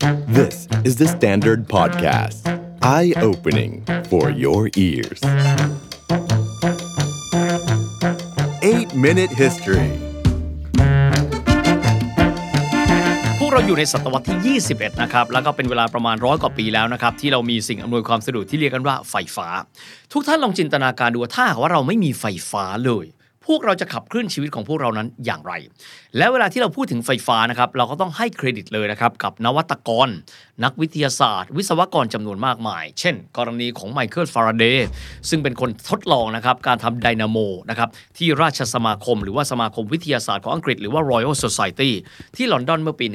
This is the Standard Podcast. Eye-opening for your ears. 8-Minute History เราอยู่ในศตวรรษที่21นะครับแล้วก็เป็นเวลาประมาณ100กว่าปีแล้วนะครับที่เรามีสิ่งอำนวยความสะดวกที่เรียกกันว่าไฟฟ้าทุกท่านลองจินตนาการดูว่าถ้าหากว่าเราไม่มีไฟฟ้าเลยพวกเราจะขับเคลื่อนชีวิตของพวกเรานั้นอย่างไรและเวลาที่เราพูดถึงไฟฟ้านะครับเราก็ต้องให้เครดิตเลยนะครับกับนวัตกรนักวิทยาศาสตร์วิศวกรจำนวนมากมายเช่นกรณีของไมเคิลฟาราเดย์ซึ่งเป็นคนทดลองนะครับการทำไดนาโมนะครับที่ราชสมาคมหรือว่าสมาคมวิทยาศาสตร์ของอังกฤษหรือว่า Royal Society ที่ลอนดอนเมื่อปี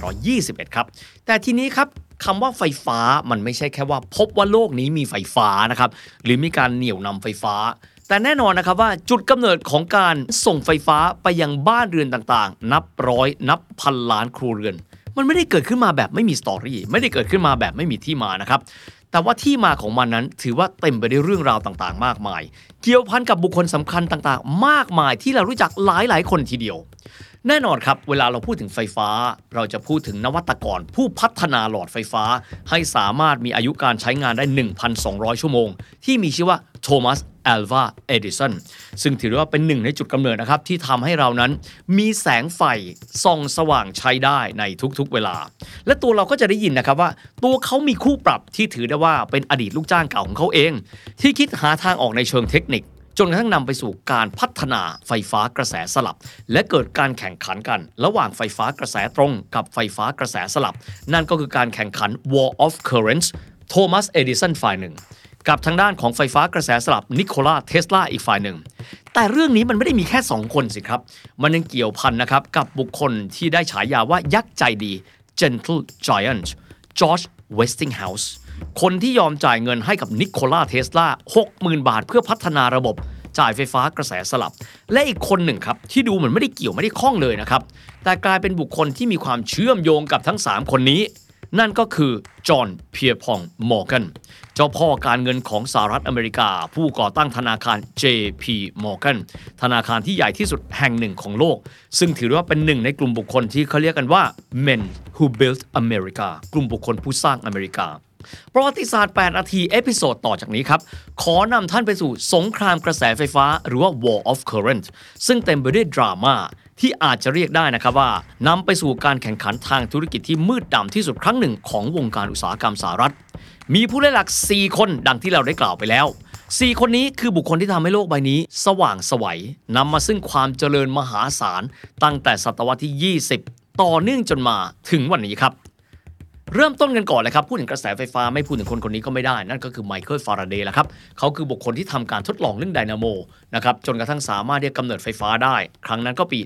1821 ครับแต่ทีนี้ครับคำว่าไฟฟ้ามันไม่ใช่แค่ว่าพบว่าโลกนี้มีไฟฟ้านะครับหรือมีการเหนี่ยวนำไฟฟ้าแต่แน่นอนนะครับว่าจุดกำเนิดของการส่งไฟฟ้าไปยังบ้านเรือนต่างๆนับร้อยนับพันล้านครัวเรือนมันไม่ได้เกิดขึ้นมาแบบไม่มีสตอรี่ไม่ได้เกิดขึ้นมาแบบไม่มีที่มานะครับแต่ว่าที่มาของมันนั้นถือว่าเต็มไปด้วยเรื่องราวต่างๆมากมายเกี่ยวพันกับบุคคลสำคัญต่างๆมากมายที่เรารู้จักหลายๆคนทีเดียวแน่นอนครับเวลาเราพูดถึงไฟฟ้าเราจะพูดถึงนวัตกรผู้พัฒนาหลอดไฟฟ้าให้สามารถมีอายุการใช้งานได้ 1,200 ชั่วโมงที่มีชื่อว่าโทมัสอัลวาเอดิสันซึ่งถือว่าเป็นหนึ่งในจุดกำเนิดนะครับที่ทำให้เรานั้นมีแสงไฟส่องสว่างใช้ได้ในทุกๆเวลาและตัวเราก็จะได้ยินนะครับว่าตัวเขามีคู่ปรับที่ถือได้ว่าเป็นอดีตลูกจ้างเก่าของเขาเองที่คิดหาทางออกในเชิงเทคนิคจนกระทั่งนำไปสู่การพัฒนาไฟฟ้ากระแสสลับและเกิดการแข่งขันกันระหว่างไฟฟ้ากระแสตรงกับไฟฟ้ากระแสสลับนั่นก็คือการแข่งขัน War of Currents โทมัสเอดิสันฝ่ายหนึ่งกับทางด้านของไฟฟ้ากระแสสลับนิโคลาเทสลาอีกฝ่ายหนึ่งแต่เรื่องนี้มันไม่ได้มีแค่2คนสิครับมันยังเกี่ยวพันนะครับกับบุคคลที่ได้ฉายาว่ายักษ์ใจดี Gentle Giant George Westinghouse คนที่ยอมจ่ายเงินให้กับนิโคลาเทสลา 60,000 บาทเพื่อพัฒนาระบบจ่ายไฟฟ้ากระแสสลับและอีกคนหนึ่งครับที่ดูเหมือนไม่ได้เกี่ยวไม่ได้ข้องเลยนะครับแต่กลายเป็นบุคคลที่มีความเชื่อมโยงกับทั้ง3คนนี้นั่นก็คือจอห์นเพียร์พองมอร์แกนเจ้าพ่อการเงินของสหรัฐอเมริกาผู้ก่อตั้งธนาคาร JP Morgan ธนาคารที่ใหญ่ที่สุดแห่งหนึ่งของโลกซึ่งถือว่าเป็นหนึ่งในกลุ่มบุคคลที่เขาเรียกกันว่า Men Who Built America กลุ่มบุคคลผู้สร้างอเมริกาประวัติศาสตร์8นาทีเอพิโซดต่อจากนี้ครับขอนำท่านไปสู่สงครามกระแสไฟฟ้าหรือว่า War of Current ซึ่งเต็มไปด้วยดราม่าที่อาจจะเรียกได้นะครับว่านำไปสู่การแข่งขันทางธุรกิจที่มืดดำที่สุดครั้งหนึ่งของวงการอุตสาหกรรมสหรัฐมีผู้เล่นหลัก4คนดังที่เราได้กล่าวไปแล้ว4คนนี้คือบุคคลที่ทำให้โลกใบนี้สว่างไสวนำมาซึ่งความเจริญมหาศาลตั้งแต่ศตวรรษที่20ต่อเนื่องจนมาถึงวันนี้ครับเริ่มต้นกันก่อนเลยครับพูดถึงกระแสไฟฟ้าไม่พูดถึงคนนี้ก็ไม่ได้นั่นก็คือไมเคิลฟาราเดย์แหละครับเขาคือบุคคลที่ทำการทดลองเรื่องไดนาโมนะครับจนกระทั่งสามารถที่จะกำเนิดไฟฟ้าได้ครั้งนั้นก็ปี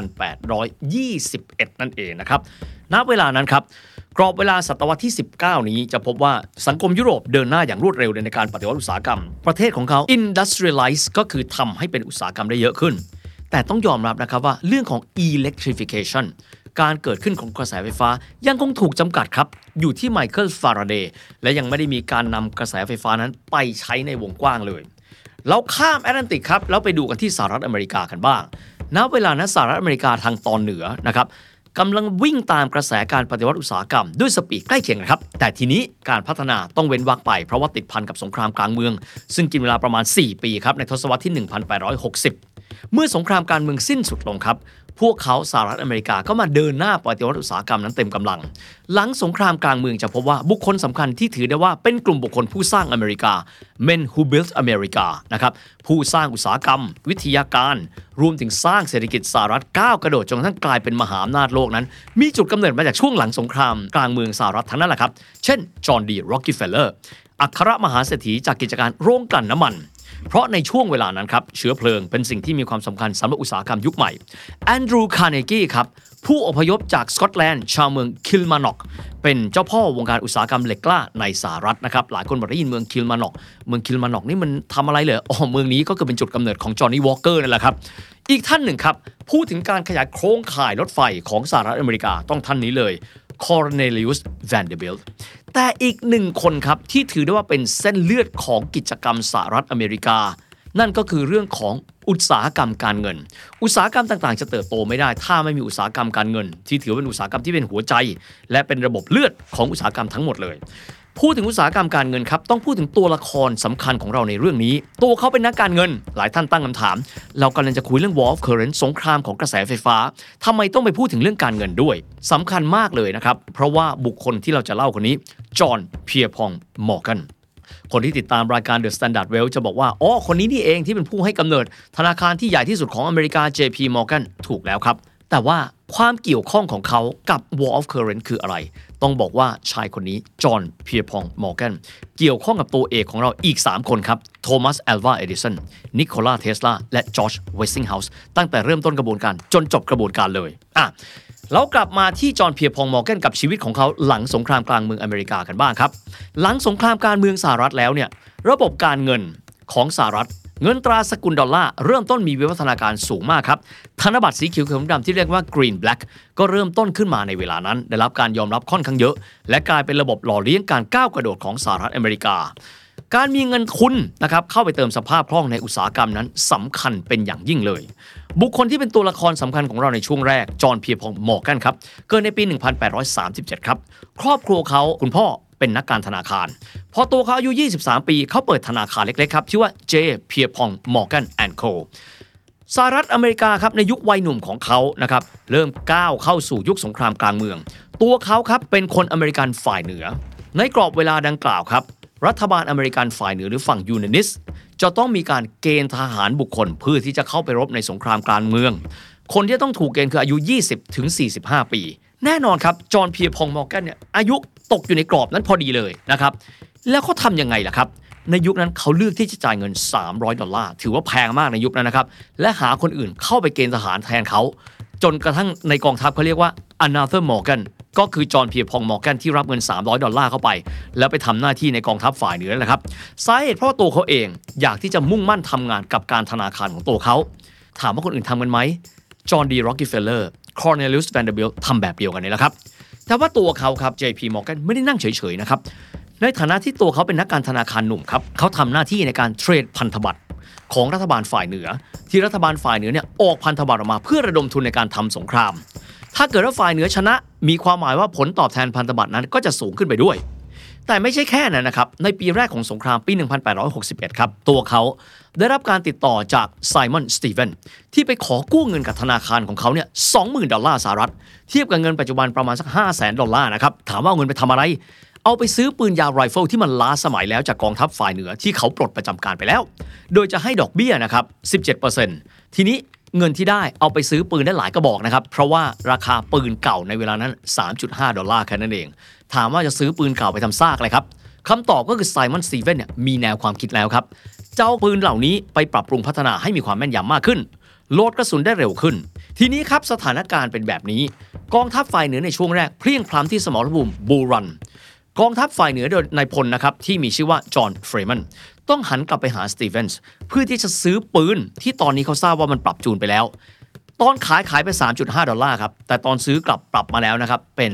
1821 นั่นเองนะครับณเวลานั้นครับกรอบเวลาศตวรรษที่19นี้จะพบว่าสังคมยุโรปเดินหน้าอย่างรวดเร็วในการปฏิวัติอุตสาหกรรมประเทศของเขา industrialize ก็คือทำให้เป็นอุตสาหกรรมได้เยอะขึ้นแต่ต้องยอมรับนะครับว่าเรื่องของ electrificationการเกิดขึ้นของกระแสไฟฟ้ายังคงถูกจำกัดครับอยู่ที่ไมเคิลฟาราเดย์และยังไม่ได้มีการนำกระแสไฟฟ้านั้นไปใช้ในวงกว้างเลยเราข้ามแอตแลนติกครับแล้วไปดูกันที่สหรัฐอเมริกากันบ้างณเวลานั้นสหรัฐอเมริกาทางตอนเหนือนะครับกำลังวิ่งตามกระแสการปฏิวัติอุตสาหกรรมด้วยสปีดใกล้เคียงกันครับแต่ทีนี้การพัฒนาต้องเว้นวรรคไปเพราะว่าติดพันกับสงครามกลางเมืองซึ่งกินเวลาประมาณ4ปีครับในทศวรรษที่ 1860 เมื่อสงครามกลางเมืองสิ้นสุดลงครับพวกเขาสหรัฐอเมริกาก็มาเดินหน้าปฏิวัติอุตสาหกรรมนั้นเต็มกำลังหลังสงครามกลางเมืองจะพบว่าบุคคลสำคัญที่ถือได้ว่าเป็นกลุ่มบุคคลผู้สร้างอเมริกา Men Who Built America นะครับผู้สร้างอุตสาหกรรมวิทยาการรวมถึงสร้างเศรษฐกิจสหรัฐก้าวกระโดดจนกระทั่งกลายเป็นมหาอำนาจโลกนั้นมีจุดกำเนิดมาจากช่วงหลังสงครามกลางเมืองสหรัฐทั้งนั้นแหละครับเช่นจอห์นดีร็อกกี้เฟลเลอร์อัครมหาเศรษฐีจากกิจการโรงกลั่นน้ำมันเพราะในช่วงเวลานั้นครับเชื้อเพลิงเป็นสิ่งที่มีความสำคัญสำหรับอุตสาหกรรมยุคใหม่แอนดรูว์คาร์เนกีครับผู้อพยพจากสกอตแลนด์ชาวเมืองคิลมาน็อกเป็นเจ้าพ่อวงการอุตสาหกรรมเหล็กกล้าในสหรัฐนะครับหลายคนบอกได้ยินเมืองคิลมาน็อกนี่มันทำอะไรเหรอเมืองนี้ก็คือเป็นจุดกำเนิดของจอห์นนี่วอลเกอร์นั่นแหละครับอีกท่านหนึ่งครับพูดถึงการขยายโครงข่ายรถไฟของสหรัฐอเมริกาต้องท่านนี้เลย Cornelius Vanderbilt แต่อีกหนึ่งคนครับที่ถือได้ว่าเป็นเส้นเลือดของกิจกรรมสหรัฐอเมริกานั่นก็คือเรื่องของอุตสาหกรรมการเงินอุตสาหกรรมต่างๆจะเติบโตไม่ได้ถ้าไม่มีอุตสาหกรรมการเงินที่ถือเป็นอุตสาหกรรมที่เป็นหัวใจและเป็นระบบเลือดของอุตสาหกรรมทั้งหมดเลยพูดถึงอุตสาหกรรมการเงินครับต้องพูดถึงตัวละครสำคัญของเราในเรื่องนี้ตัวเขาเป็นนักการเงินหลายท่านตั้งคำถามเรากำลังจะคุยเรื่อง War of Current สงครามของกระแสไฟฟ้าทำไมต้องไปพูดถึงเรื่องการเงินด้วยสำคัญมากเลยนะครับเพราะว่าบุคคลที่เราจะเล่าคนนี้จอห์นเพียร์พองมอร์แกนคนที่ติดตามรายการ The Standard Well จะบอกว่าอ๋อคนนี้นี่เองที่เป็นผู้ให้กำเนิดธนาคารที่ใหญ่ที่สุดของอเมริกา JP Morgan ถูกแล้วครับแต่ว่าความเกี่ยวข้องของเขากับ War of Current คืออะไรต้องบอกว่าชายคนนี้จอห์นเพียร์พองมอร์แกนเกี่ยวข้องกับตัวเอกของเราอีก3คนครับโทมัสแอลวาเอดิสันนิโคลาเทสลาและจอร์จเวสติงเฮาส์ตั้งแต่เริ่มต้นกระบวนการจนจบกระบวนการเลยแล้วกลับมาที่จอห์นเพียร์พองมอร์แกนกับชีวิตของเขาหลังสงครามกลางเมืองอเมริกากันบ้างครับหลังสงครามการเมืองสหรัฐแล้วเนี่ยระบบการเงินของสหรัฐเงินตราสกุลดอลลาร์เริ่มต้นมีวิวัฒนาการสูงมากครับธนบัตรสีเขียวดำที่เรียกว่า Green Black ก็เริ่มต้นขึ้นมาในเวลานั้นได้รับการยอมรับค่อนข้างเยอะและกลายเป็นระบบหล่อเลี้ยงการก้าวกระโดดของสหรัฐอเมริกาการมีเงินทุนนะครับเข้าไปเติมสภาพคล่องในอุตสาหกรรมนั้นสำคัญเป็นอย่างยิ่งเลยบุคคลที่เป็นตัวละครสำคัญของเราในช่วงแรกจอห์นเพียร์พองมอร์แกนครับเกิดในปี 1837 ครับครอบครัวเขาคุณพ่อเป็นนักการธนาคารพอตัวเขาอายุ23 ปีเขาเปิดธนาคารเล็กๆครับชื่อว่า J. Pierpont Morgan & Co. สหรัฐอเมริกาครับในยุควัยหนุ่มของเขานะครับเริ่มก้าวเข้าสู่ยุคสงครามกลางเมืองตัวเขาครับเป็นคนอเมริกันฝ่ายเหนือในกรอบเวลาดังกล่าวครับรัฐบาลอเมริกันฝ่ายเหนือหรือฝั่งยูเนนิสจะต้องมีการเกณฑ์ทหารบุคคลเพื่อที่จะเข้าไปรบในสงครามกลางเมืองคนที่ต้องถูกเกณฑ์คืออายุ 20-45 ปีแน่นอนครับจอห์นเพียร์พองมอร์แกนเนี่ยอายุตกอยู่ในกรอบนั้นพอดีเลยนะครับแล้วเขาทำยังไงล่ะครับในยุคนั้นเขาเลือกที่จะจ่ายเงิน$300ถือว่าแพงมากในยุคนั้นนะครับและหาคนอื่นเข้าไปเกณฑ์ทหารแทนเขาจนกระทั่งในกองทัพเขาเรียกว่า Another Morgan ก็คือจอห์นเพียร์พองมอร์แกนที่รับเงิน$300เข้าไปแล้วไปทำหน้าที่ในกองทัพฝ่ายเหนือนั่นแหละครับสาเหตุเพราะตัวเขาเองอยากที่จะมุ่งมั่นทำงานกับการธนาคารของตัวเขาถามว่าคนอื่นทำกันไหมจอห์นดีร็อกกี้เฟลเลอร์คอร์เนลิอุสแวนเดอร์บิลต์ทำแบบเดียวกันนี่แหละครับแต่ว่าตัวเขาครับ JP Morgan ไม่ได้นั่งเฉยๆนะครับในฐานะที่ตัวเขาเป็นนักการธนาคารหนุ่มครับเขาทำหน้าที่ในการเทรดพันธบัตรของรัฐบาลฝ่ายเหนือที่รัฐบาลฝ่ายเหนือเนี่ยออกพันธบัตรออกมาเพื่อระดมทุนในการทำสงครามถ้าเกิดว่าฝ่ายเหนือชนะมีความหมายว่าผลตอบแทนพันธบัตรนั้นก็จะสูงขึ้นไปด้วยแต่ไม่ใช่แค่นั้นนะครับในปีแรกของสงครามปี 1861 ครับตัวเขาได้รับการติดต่อจากไซมอนสตีเวนที่ไปขอกู้เงินกับธนาคารของเขาเนี่ย$20,000สหรัฐเทียบกับเงินปัจจุบันประมาณสัก$500,000นะครับถามว่าเอาเงินไปทำอะไรเอาไปซื้อปืนยาวไรเฟิลที่มันล้าสมัยแล้วจากกองทัพฝ่ายเหนือที่เขาปลดประจำการไปแล้วโดยจะให้ดอกเบี้ยนะครับ 17% ทีนี้เงินที่ได้เอาไปซื้อปืนได้หลายกระบอกนะครับเพราะว่าราคาปืนเก่าในเวลานั้น$3.5แค่นั้นเองถามว่าจะซื้อปืนเก่าไปทำซากอะไรครับคำตอบก็คือไซมอนสตีเวนเนี่ยมีแนวความคิดแล้วครับเจ้าปืนเหล่านี้ไปปรับปรุงพัฒนาให้มีความแม่นยำมากขึ้นโหลดกระสุนได้เร็วขึ้นทีนี้ครับสถานการณ์เป็นแบบนี้กองทัพฝ่ายเหนือในช่วงแรกเพลียงพล้ำที่สมรภูมิบูรันกองทัพฝ่ายเหนือโดยนายพลนะครับที่มีชื่อว่าจอห์นเฟรแมนต้องหันกลับไปหาสตีเวนส์เพื่อที่จะซื้อปืนที่ตอนนี้เขาทราบว่ามันปรับจูนไปแล้วตอนขายไป$3.5ครับแต่ตอนซื้อกลับปรับมาแล้วนะครับเป็น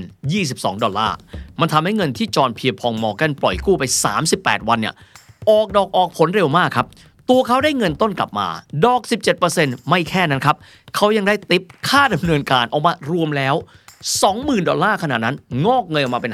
$22มันทำให้เงินที่จอห์นเพียร์พองมอร์แกนปล่อยกู้ไป38วันเนี่ยออกดอกออกผลเร็วมากครับตัวเขาได้เงินต้นกลับมาดอก 17% ไม่แค่นั้นครับเขายังได้ทิปค่าดำเนินการออกมารวมแล้ว$20,000ขนาดนั้นงอกเงยออกมาเป็น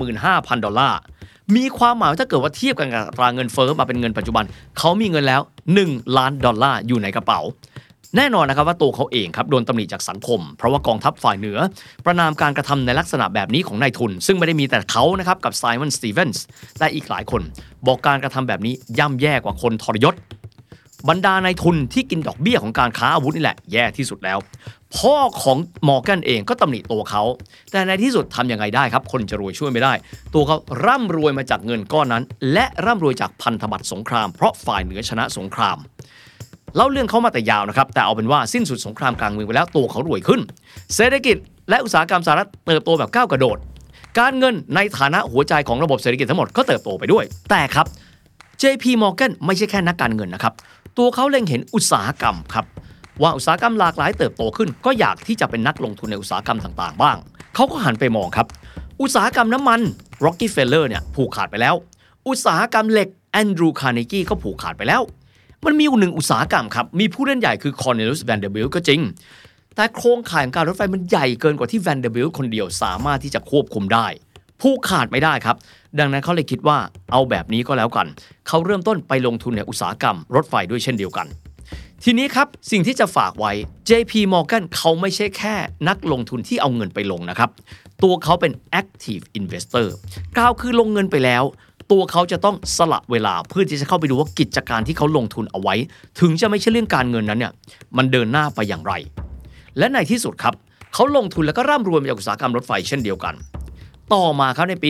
$55,000มีความหมายว่าถ้าเกิดว่าเทียบกันกับอัตราเงินเฟ้อมาเป็นเงินปัจจุบันเขามีเงินแล้ว$1 ล้านอยู่ในกระเป๋าแน่นอนนะครับว่าตัวเขาเองครับโดนตำหนิจากสังคมเพราะว่ากองทัพฝ่ายเหนือประณามการกระทำในลักษณะแบบนี้ของนายทุนซึ่งไม่ได้มีแต่เขานะครับกับไซมอนสตีเวนส์และอีกหลายคนบอกการกระทำแบบนี้ย่ำแย่กว่าคนทรยศบรรดานายทุนที่กินดอกเบี้ยของการค้าอาวุธนี่แหละแย่ที่สุดแล้วพ่อของมอร์แกนเองก็ตำหนิตัวเขาแต่ในที่สุดทำยังไงได้ครับคนจะรวยช่วยไม่ได้ตัวเขาร่ำรวยมาจากเงินก้อนนั้นและร่ำรวยจากพันธบัตรสงครามเพราะฝ่ายเหนือชนะสงครามเล่าเรื่องเขามาแต่ยาวนะครับแต่เอาเป็นว่าสิ้นสุดสงครามกลางเมืองไปแล้วตัวเขารวยขึ้นเศรษฐกิจและอุตสาหกรรมสหรัฐเติบโตแบบก้าวกระโดดการเงินในฐานะหัวใจของระบบเศรษฐกิจทั้งหมดก็เติบโตไปด้วยแต่ครับ JP Morgan ไม่ใช่แค่นักการเงินนะครับตัวเขาเล็งเห็นอุตสาหกรรมครับว่าอุตสาหกรรมหลากหลายเติบโตขึ้นก็อยากที่จะเป็นนักลงทุนในอุตสาหกรรมต่างๆบ้างเขาก็หันไปมองครับอุตสาหกรรมน้ำมัน Rockefeller เนี่ยผูกขาดไปแล้วอุตสาหกรรมเหล็ก Andrew Carnegie ก็ผูกขาดไปแล้วมันมีอยู่หนึ่งอุตสาหกรรมครับมีผู้เล่นใหญ่คือ Cornelius Vanderbilt ก็จริงแต่โครงข่ายของการรถไฟมันใหญ่เกินกว่าที่ Vanderbilt คนเดียวสามารถที่จะควบคุมได้ผู้ขาดไม่ได้ครับดังนั้นเขาเลยคิดว่าเอาแบบนี้ก็แล้วกันเขาเริ่มต้นไปลงทุนในอุตสาหกรรมรถไฟด้วยเช่นเดียวกันทีนี้ครับสิ่งที่จะฝากไว้ JP Morgan เขาไม่ใช่แค่นักลงทุนที่เอาเงินไปลงนะครับตัวเขาเป็น active investor กล่าวคือลงเงินไปแล้วตัวเขาจะต้องสละเวลาเพื่อที่จะเข้าไปดูว่ากิจการที่เขาลงทุนเอาไว้ถึงจะไม่ใช่เรื่องการเงินนั้นเนี่ยมันเดินหน้าไปอย่างไรและในที่สุดครับเขาลงทุนแล้วก็ร่ำรวยมาจากอุตสาหกรรมรถไฟเช่นเดียวกันต่อมาครับในปี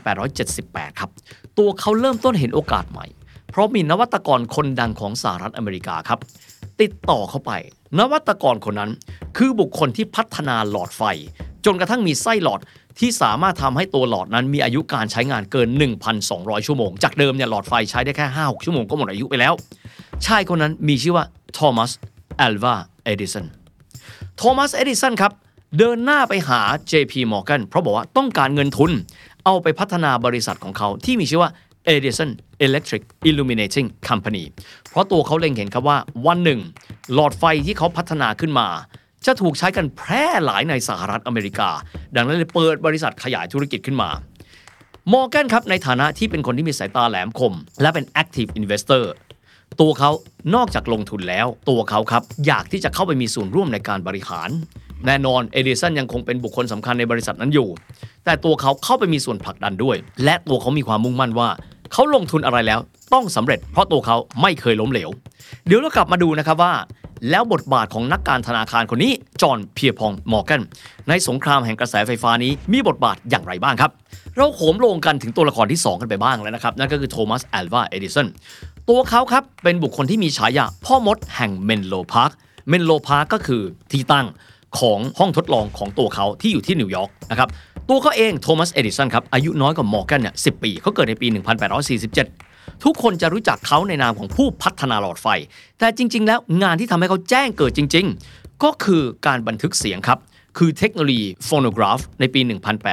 1878 ครับตัวเขาเริ่มต้นเห็นโอกาสใหม่เพราะมีนวัตกรคนดังของสหรัฐอเมริกาครับติดต่อเข้าไปนวัตกรคนนั้นคือบุคคลที่พัฒนาหลอดไฟจนกระทั่งมีไส้หลอดที่สามารถทำให้ตัวหลอดนั้นมีอายุการใช้งานเกิน 1,200 ชั่วโมงจากเดิมเนี่ยหลอดไฟใช้ได้แค่ 5-6 ชั่วโมงก็หมดอายุไปแล้วชายคนนั้นมีชื่อว่าโทมัสแอลวาเอดิสันโทมัสเอดิสันครับเดินหน้าไปหา JP Morgan เพราะบอกว่าต้องการเงินทุนเอาไปพัฒนาบริษัทของเขาที่มีชื่อว่า Edison Electric Illuminating Company เพราะตัวเขาเล็งเห็นครับว่าวันหนึ่งหลอดไฟที่เขาพัฒนาขึ้นมาจะถูกใช้กันแพร่หลายในสหรัฐอเมริกาดังนั้นเลยเปิดบริษัทขยายธุรกิจขึ้นมา Morgan ครับในฐานะที่เป็นคนที่มีสายตาแหลมคมและเป็น active investor ตัวเขานอกจากลงทุนแล้วตัวเขาครับอยากที่จะเข้าไปมีส่วนร่วมในการบริหารแน่นอนเอดิสันยังคงเป็นบุคคลสำคัญในบริษัทนั้นอยู่แต่ตัวเขาเข้าไปมีส่วนผลักดันด้วยและตัวเขามีความมุ่งมั่นว่าเขาลงทุนอะไรแล้วต้องสำเร็จเพราะตัวเขาไม่เคยล้มเหลวเดี๋ยวเรากลับมาดูนะครับว่าแล้วบทบาทของนักการธนาคารคนนี้จอห์นเพียร์พองมอร์แกนในสงครามแห่งกระแสไฟฟ้านี้มีบทบาทอย่างไรบ้างครับเราโขมโรงกันถึงตัวละครที่2กันไปบ้างแล้วนะครับนั่นก็คือโทมัสแอลวาเอดิสันตัวเขาครับเป็นบุคคลที่มีฉายาพ่อมดแห่งเมนโลพาร์คเมนโลพาร์คก็คือที่ตั้งของห้องทดลองของตัวเขาที่อยู่ที่นิวยอร์กนะครับตัวเขาเองโทมัสเอดิสันครับอายุน้อยกว่ามอร์แกนเนี่ย10 ปีเขาเกิดในปี 1847ทุกคนจะรู้จักเขาในนามของผู้พัฒนาหลอดไฟแต่จริงๆแล้วงานที่ทำให้เขาแจ้งเกิดจริงๆก็คือการบันทึกเสียงครับคือเทคโนโลยีโฟโนกราฟในปี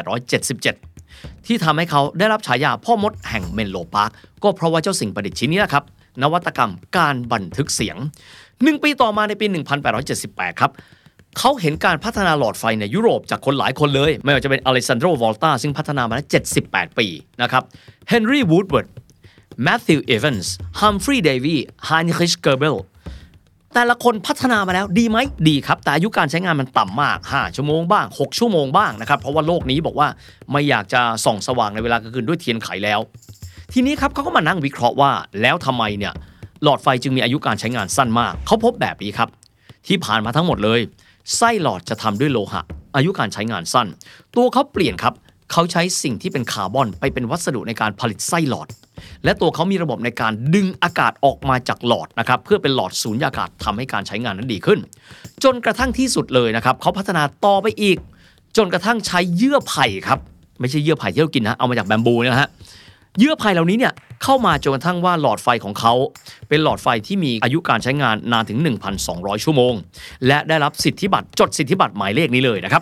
1877ที่ทำให้เขาได้รับฉายาพ่อมดแห่งเมนโลพาร์คก็เพราะว่าเจ้าสิ่งประดิษฐ์ชิ้นนี้นะครับนวัตกรรมการบันทึกเสียง1 ปีต่อมาในปี 1878 ครับเขาเห็นการพัฒนาหลอดไฟในยุโรปจากคนหลายคนเลยไม่ว่าจะเป็นอเล็กซานโดร วอลตาซึ่งพัฒนามาได้78 ปีนะครับเฮนรี่ วูดเวิร์ดแมทธิว เอวันส์ ฮัมฟรีย์ เดวีไฮน์ริช เกอร์เบลแต่ละคนพัฒนามาแล้วดีไหมดีครับแต่อายุการใช้งานมันต่ำมาก5 ชั่วโมงบ้าง6 ชั่วโมงบ้างนะครับเพราะว่าโลกนี้บอกว่าไม่อยากจะส่องสว่างในเวลากลางคืนด้วยเทียนไขแล้วทีนี้ครับเขาก็มานั่งวิเคราะห์ว่าแล้วทำไมเนี่ยหลอดไฟจึงมีอายุการใช้งานสั้นมากเขาพบแบบนี้ครับที่ผ่านมาทั้งหมดเลยไส้หลอดจะทำด้วยโลหะอายุการใช้งานสั้นตัวเขาเปลี่ยนครับเขาใช้สิ่งที่เป็นคาร์บอนไปเป็นวัสดุในการผลิตไส้หลอดและตัวเขามีระบบในการดึงอากาศออกมาจากหลอดนะครับเพื่อเป็นหลอดสูญญากาศทำให้การใช้งานนั้นดีขึ้นจนกระทั่งที่สุดเลยนะครับเขาพัฒนาต่อไปอีกจนกระทั่งใช้เยื่อไผ่ครับไม่ใช่เยื่อไผ่ที่เรากินนะเอามาจากแบมบูนะฮะเยื่อไผ่เหล่านี้เนี่ยเข้ามาจนกระทั่งว่าหลอดไฟของเขาเป็นหลอดไฟที่มีอายุการใช้งานนานถึง 1,200 ชั่วโมงและได้รับสิทธิบัตรจดสิทธิบัตรหมายเลขนี้เลยนะครับ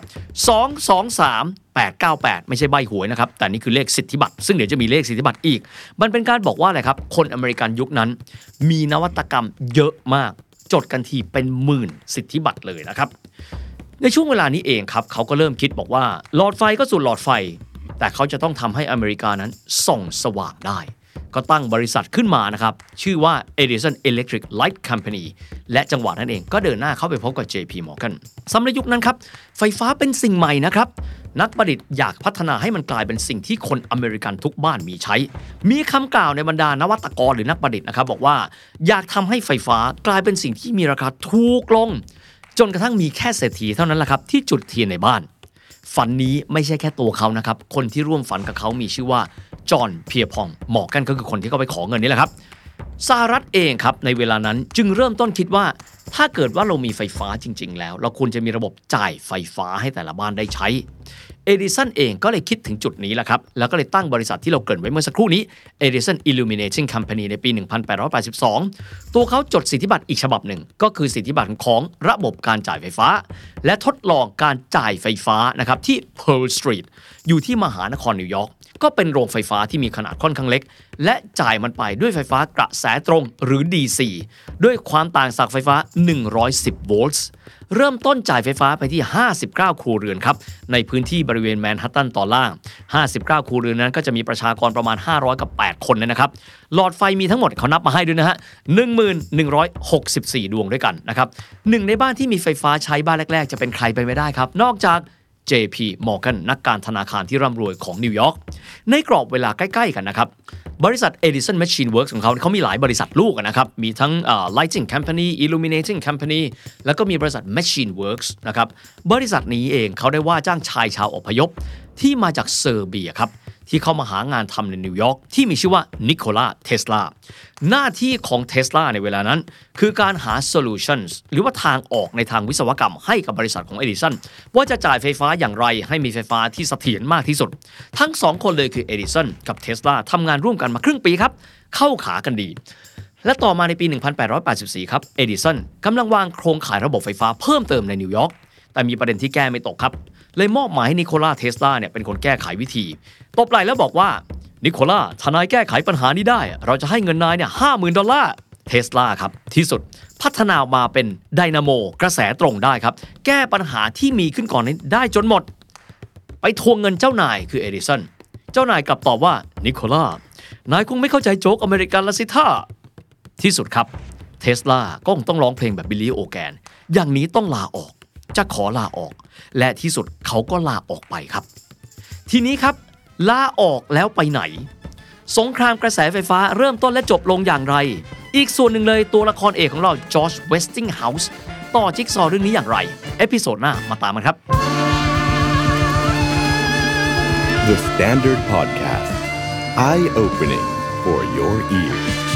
223898ไม่ใช่ใบหวยนะครับแต่นี่คือเลขสิทธิบัตรซึ่งเดี๋ยวจะมีเลขสิทธิบัตรอีกมันเป็นการบอกว่าอะไรครับคนอเมริกันยุคนั้นมีนวัตกรรมเยอะมากจดกันทีเป็นหมื่นสิทธิบัตรเลยนะครับในช่วงเวลานี้เองครับเขาก็เริ่มคิดบอกว่าหลอดไฟก็สู่หลอดไฟแต่เขาจะต้องทำให้อเมริกานั้นส่องสว่างได้ก็ตั้งบริษัทขึ้นมานะครับชื่อว่า Edison Electric Light Company และจังหวะนั้นเองก็เดินหน้าเข้าไปพบกับ JP Morgan สำหรับยุคนั้นครับไฟฟ้าเป็นสิ่งใหม่นะครับนักประดิษฐ์อยากพัฒนาให้มันกลายเป็นสิ่งที่คนอเมริกันทุกบ้านมีใช้มีคำกล่าวในบรรดานวัตกรหรือนักประดิษฐ์นะครับบอกว่าอยากทำให้ไฟฟ้ากลายเป็นสิ่งที่มีราคาถูกลงจนกระทั่งมีแค่เศรษฐีเท่านั้นแหละครับที่จุดเทียนในบ้านฝันนี้ไม่ใช่แค่ตัวเขานะครับคนที่ร่วมฝันกับเขามีชื่อว่าจอห์นเพียร์พองมอร์แกนก็คือคนที่เขาไปขอเงินนี่แหละครับสหรัฐเองครับในเวลานั้นจึงเริ่มต้นคิดว่าถ้าเกิดว่าเรามีไฟฟ้าจริงๆแล้วเราควรจะมีระบบจ่ายไฟฟ้าให้แต่ละบ้านได้ใช้เอดิสันเองก็เลยคิดถึงจุดนี้แหละครับแล้วก็เลยตั้งบริษัทที่เราเกริ่นไว้เมื่อสักครู่นี้ Edison Illuminating Company ในปี 1882 ตัวเขาจดสิทธิบัตรอีกฉบับหนึ่งก็คือสิทธิบัตรของระบบการจ่ายไฟฟ้าและทดลองการจ่ายไฟฟ้านะครับที่ Pearl Street อยู่ที่มหานครนิวยอร์กก็เป็นโรงไฟฟ้าที่มีขนาดค่อนข้างเล็กและจ่ายมันไปด้วยไฟฟ้ากระแสตรงหรือ DC ด้วยความต่างจากไฟฟ้า110โวลต์เริ่มต้นจ่ายไฟฟ้าไปที่59ครัวเรือนครับในพื้นที่บริเวณแมนฮัตตันตอนล่าง59ครัวเรือนนั้นก็จะมีประชากรประมาณ508คนนะครับหลอดไฟมีทั้งหมดเขานับมาให้ด้วยนะฮะ 1164 ดวงด้วยกันนะครับหนึ่งในบ้านที่มีไฟฟ้าใช้บ้านแรกๆจะเป็นใครไปไม่ได้ครับนอกจาก JP Morgan นักการธนาคารที่ร่ำรวยของนิวยอร์กในกรอบเวลาใกล้ๆกันนะครับบริษัท Edison Machine Works ของเขามีหลายบริษัทลูกนะครับมีทั้งLighting Company Illuminating Company แล้วก็มีบริษัท Machine Works นะครับบริษัทนี้เองเขาได้ว่าจ้างชายชาวอพยพที่มาจากเซอร์เบียครับที่เข้ามาหางานทำในนิวยอร์กที่มีชื่อว่านิโคลาเทสลาหน้าที่ของเทสลาในเวลานั้นคือการหา solutions หรือว่าทางออกในทางวิศวกรรมให้กับบริษัทของ Edison ว่าจะจ่ายไฟฟ้าอย่างไรให้มีไฟฟ้าที่เสถียรมากที่สุดทั้ง2คนเลยคือ Edison กับ Tesla ทำงานร่วมกันมาครึ่งปีครับเข้าขากันดีและต่อมาในปี 1884 ครับ Edison กำลังวางโครงข่ายระบบไฟฟ้าเพิ่มเติมในนิวยอร์กแต่มีประเด็นที่แก้ไม่ตกครับเลยมอบหมายให้นิโคลาเทสลาเนี่ยเป็นคนแก้ไขวิธีตบไหล่แล้วบอกว่านิโคลาถ้านายแก้ไขปัญหานี้ได้เราจะให้เงินนายเนี่ย$50,000เทสลาครับที่สุดพัฒนามาเป็นไดนาโมกระแสตรงได้ครับแก้ปัญหาที่มีขึ้นก่อนนี้ได้จนหมดไปทวงเงินเจ้านายคือเอดิสันเจ้านายกลับตอบว่านิโคลานายคงไม่เข้าใจโจ๊กอเมริกันละสิท่าที่สุดครับเทสลาก็ต้องร้องเพลงแบบบิลลี่โอแกนอย่างนี้ต้องลาออกจะขอลาออกและที่สุดเขาก็ลาออกไปครับทีนี้ครับลาออกแล้วไปไหนสงครามกระแสไฟฟ้าเริ่มต้นและจบลงอย่างไรอีกส่วนหนึ่งเลยตัวละครเอกของเราจอร์จเวสติงเฮาส์ต่อจิ๊กซอว์เรื่องนี้อย่างไรเอพิโซดหน้ามาตามกันครับ The Standard Podcast Eye Opening for your ears